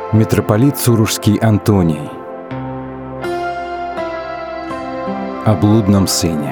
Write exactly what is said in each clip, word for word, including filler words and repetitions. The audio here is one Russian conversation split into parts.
Митрополит Сурожский Антоний. О блудном сыне.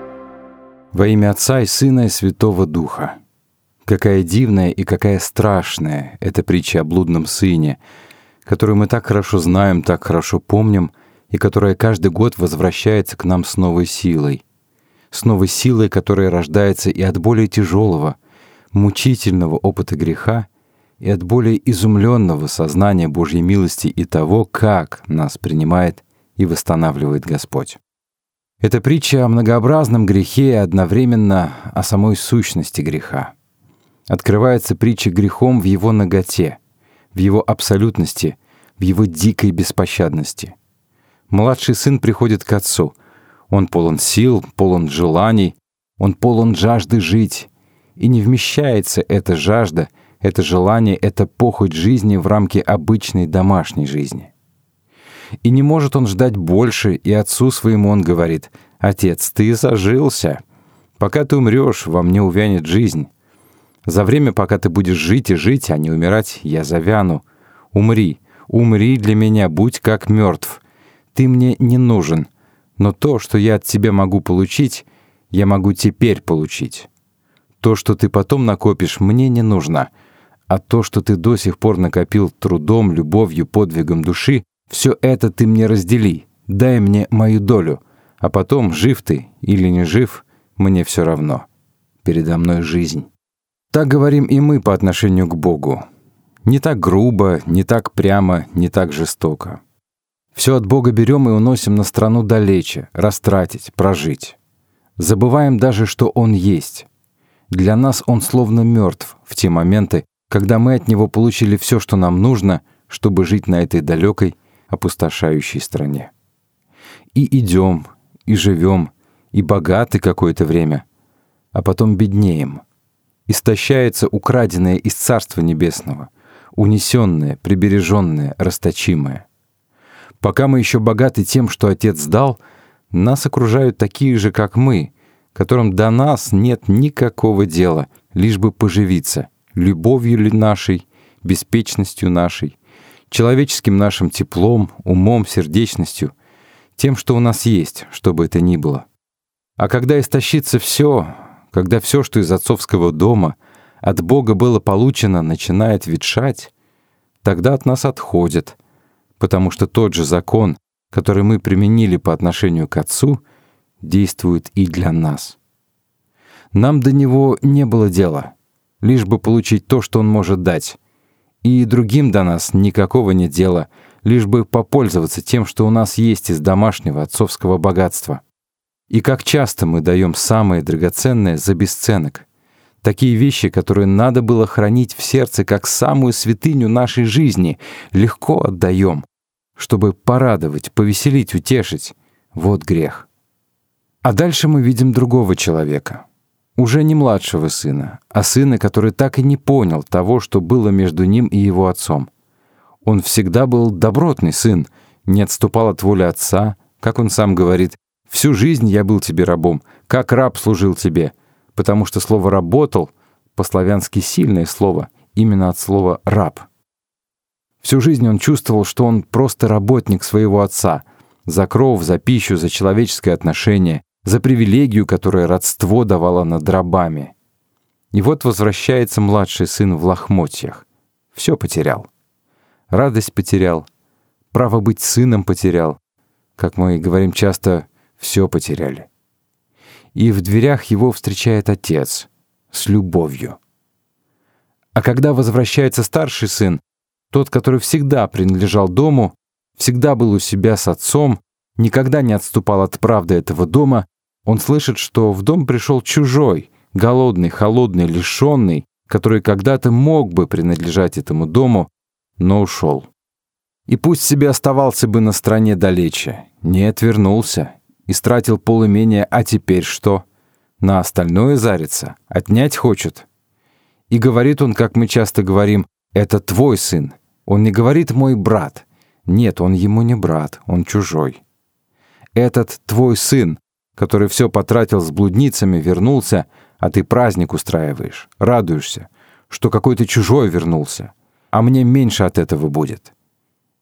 Во имя Отца и Сына и Святого Духа. Какая дивная и какая страшная эта притча о блудном сыне, которую мы так хорошо знаем, так хорошо помним, и которая каждый год возвращается к нам с новой силой. С новой силой, которая рождается и от более тяжелого, мучительного опыта греха, и от более изумленного сознания Божьей милости и того, как нас принимает и восстанавливает Господь. Это притча о многообразном грехе и одновременно о самой сущности греха. Открывается притча грехом в его наготе, в его абсолютности, в его дикой беспощадности. Младший сын приходит к отцу. Он полон сил, полон желаний, он полон жажды жить. И не вмещается эта жажда, это желание, эта похоть жизни в рамки обычной домашней жизни. И не может он ждать больше, и отцу своему он говорит: «Отец, ты зажился. Пока ты умрешь, во мне увянет жизнь. За время, пока ты будешь жить и жить, а не умирать, я завяну. Умри, умри для меня, будь как мертв. Ты мне не нужен, но то, что я от тебя могу получить, я могу теперь получить. То, что ты потом накопишь, мне не нужно, а то, что ты до сих пор накопил трудом, любовью, подвигом души, все это ты мне раздели, дай мне мою долю, а потом, жив ты или не жив, мне все равно. Передо мной жизнь». Так говорим и мы по отношению к Богу. Не так грубо, не так прямо, не так жестоко. Все от Бога берем и уносим на страну далече, растратить, прожить. Забываем даже, что Он есть. Для нас Он словно мертв в те моменты, когда мы от Него получили все, что нам нужно, чтобы жить на этой далекой, опустошающей стране. И идем, и живем, и богаты какое-то время, а потом беднеем. Истощается украденное из Царства Небесного, унесенное, прибереженное, расточимое. Пока мы еще богаты тем, что Отец дал, нас окружают такие же, как мы, которым до нас нет никакого дела, лишь бы поживиться, любовью ли нашей, беспечностью нашей, человеческим нашим теплом, умом, сердечностью, тем, что у нас есть, что бы это ни было. А когда истощится все, когда все, что из отцовского дома от Бога было получено, начинает ветшать, тогда от нас отходят, потому что тот же закон, который мы применили по отношению к Отцу, действует и для нас. Нам до Него не было дела, лишь бы получить то, что Он может дать, и другим до нас никакого нет дела, лишь бы попользоваться тем, что у нас есть из домашнего отцовского богатства. И как часто мы даем самое драгоценное за бесценок. Такие вещи, которые надо было хранить в сердце как самую святыню нашей жизни, легко отдаем, чтобы порадовать, повеселить, утешить. Вот грех. А дальше мы видим другого человека. Уже не младшего сына, а сына, который так и не понял того, что было между ним и его отцом. Он всегда был добротный сын, не отступал от воли отца, как он сам говорит: «Всю жизнь я был тебе рабом, как раб служил тебе», потому что слово «работал» по-славянски сильное слово, именно от слова «раб». Всю жизнь он чувствовал, что он просто работник своего отца, за кров, за пищу, за человеческое отношение, за привилегию, которую родство давало над рабами. И вот возвращается младший сын в лохмотьях. Все потерял. Радость потерял, право быть сыном потерял. Как мы говорим часто, все потеряли. И в дверях его встречает отец с любовью. А когда возвращается старший сын, тот, который всегда принадлежал дому, всегда был у себя с отцом, никогда не отступал от правды этого дома, он слышит, что в дом пришел чужой, голодный, холодный, лишенный, который когда-то мог бы принадлежать этому дому, но ушел. И пусть себе оставался бы на стороне далече, нет, вернулся, истратил полумения, а теперь что? На остальное зарится, отнять хочет. И говорит он, как мы часто говорим: «Это твой сын». Он не говорит «мой брат». Нет, он ему не брат, он чужой. Этот твой сын, который все потратил с блудницами, вернулся, а ты праздник устраиваешь, радуешься, что какой-то чужой вернулся. А мне меньше от этого будет.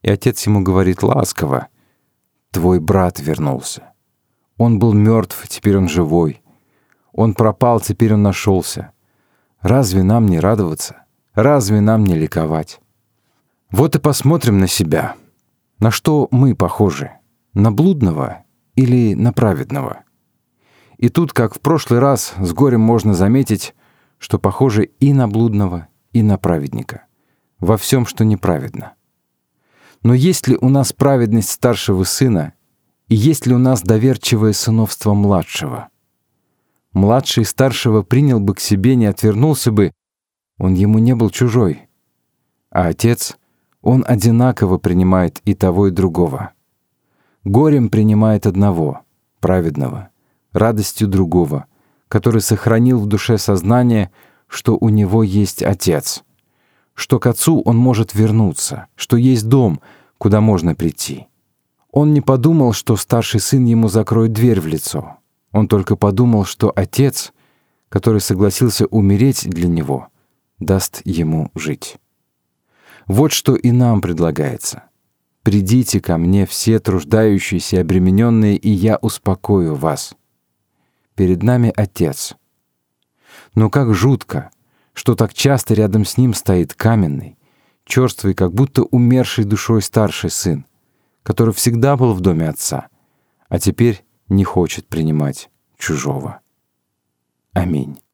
И отец ему говорит ласково: «Твой брат вернулся. Он был мертв, теперь он живой. Он пропал, теперь он нашелся. Разве нам не радоваться? Разве нам не ликовать?» Вот и посмотрим на себя. На что мы похожи? На блудного или на праведного? И тут, как в прошлый раз, с горем можно заметить, что похожи и на блудного, и на праведника. Во всем, что неправедно. Но есть ли у нас праведность старшего сына, и есть ли у нас доверчивое сыновство младшего? Младший старшего принял бы к себе, не отвернулся бы, он ему не был чужой. А отец, он одинаково принимает и того, и другого. Горем принимает одного, праведного, радостью другого, который сохранил в душе сознание, что у него есть отец, что к отцу он может вернуться, что есть дом, куда можно прийти. Он не подумал, что старший сын ему закроет дверь в лицо. Он только подумал, что отец, который согласился умереть для него, даст ему жить. Вот что и нам предлагается. «Придите ко мне все труждающиеся и обремененные, и я успокою вас». Перед нами Отец. Но как жутко, что так часто рядом с ним стоит каменный, черствый, как будто умерший душой старший сын, который всегда был в доме отца, а теперь не хочет принимать чужого. Аминь.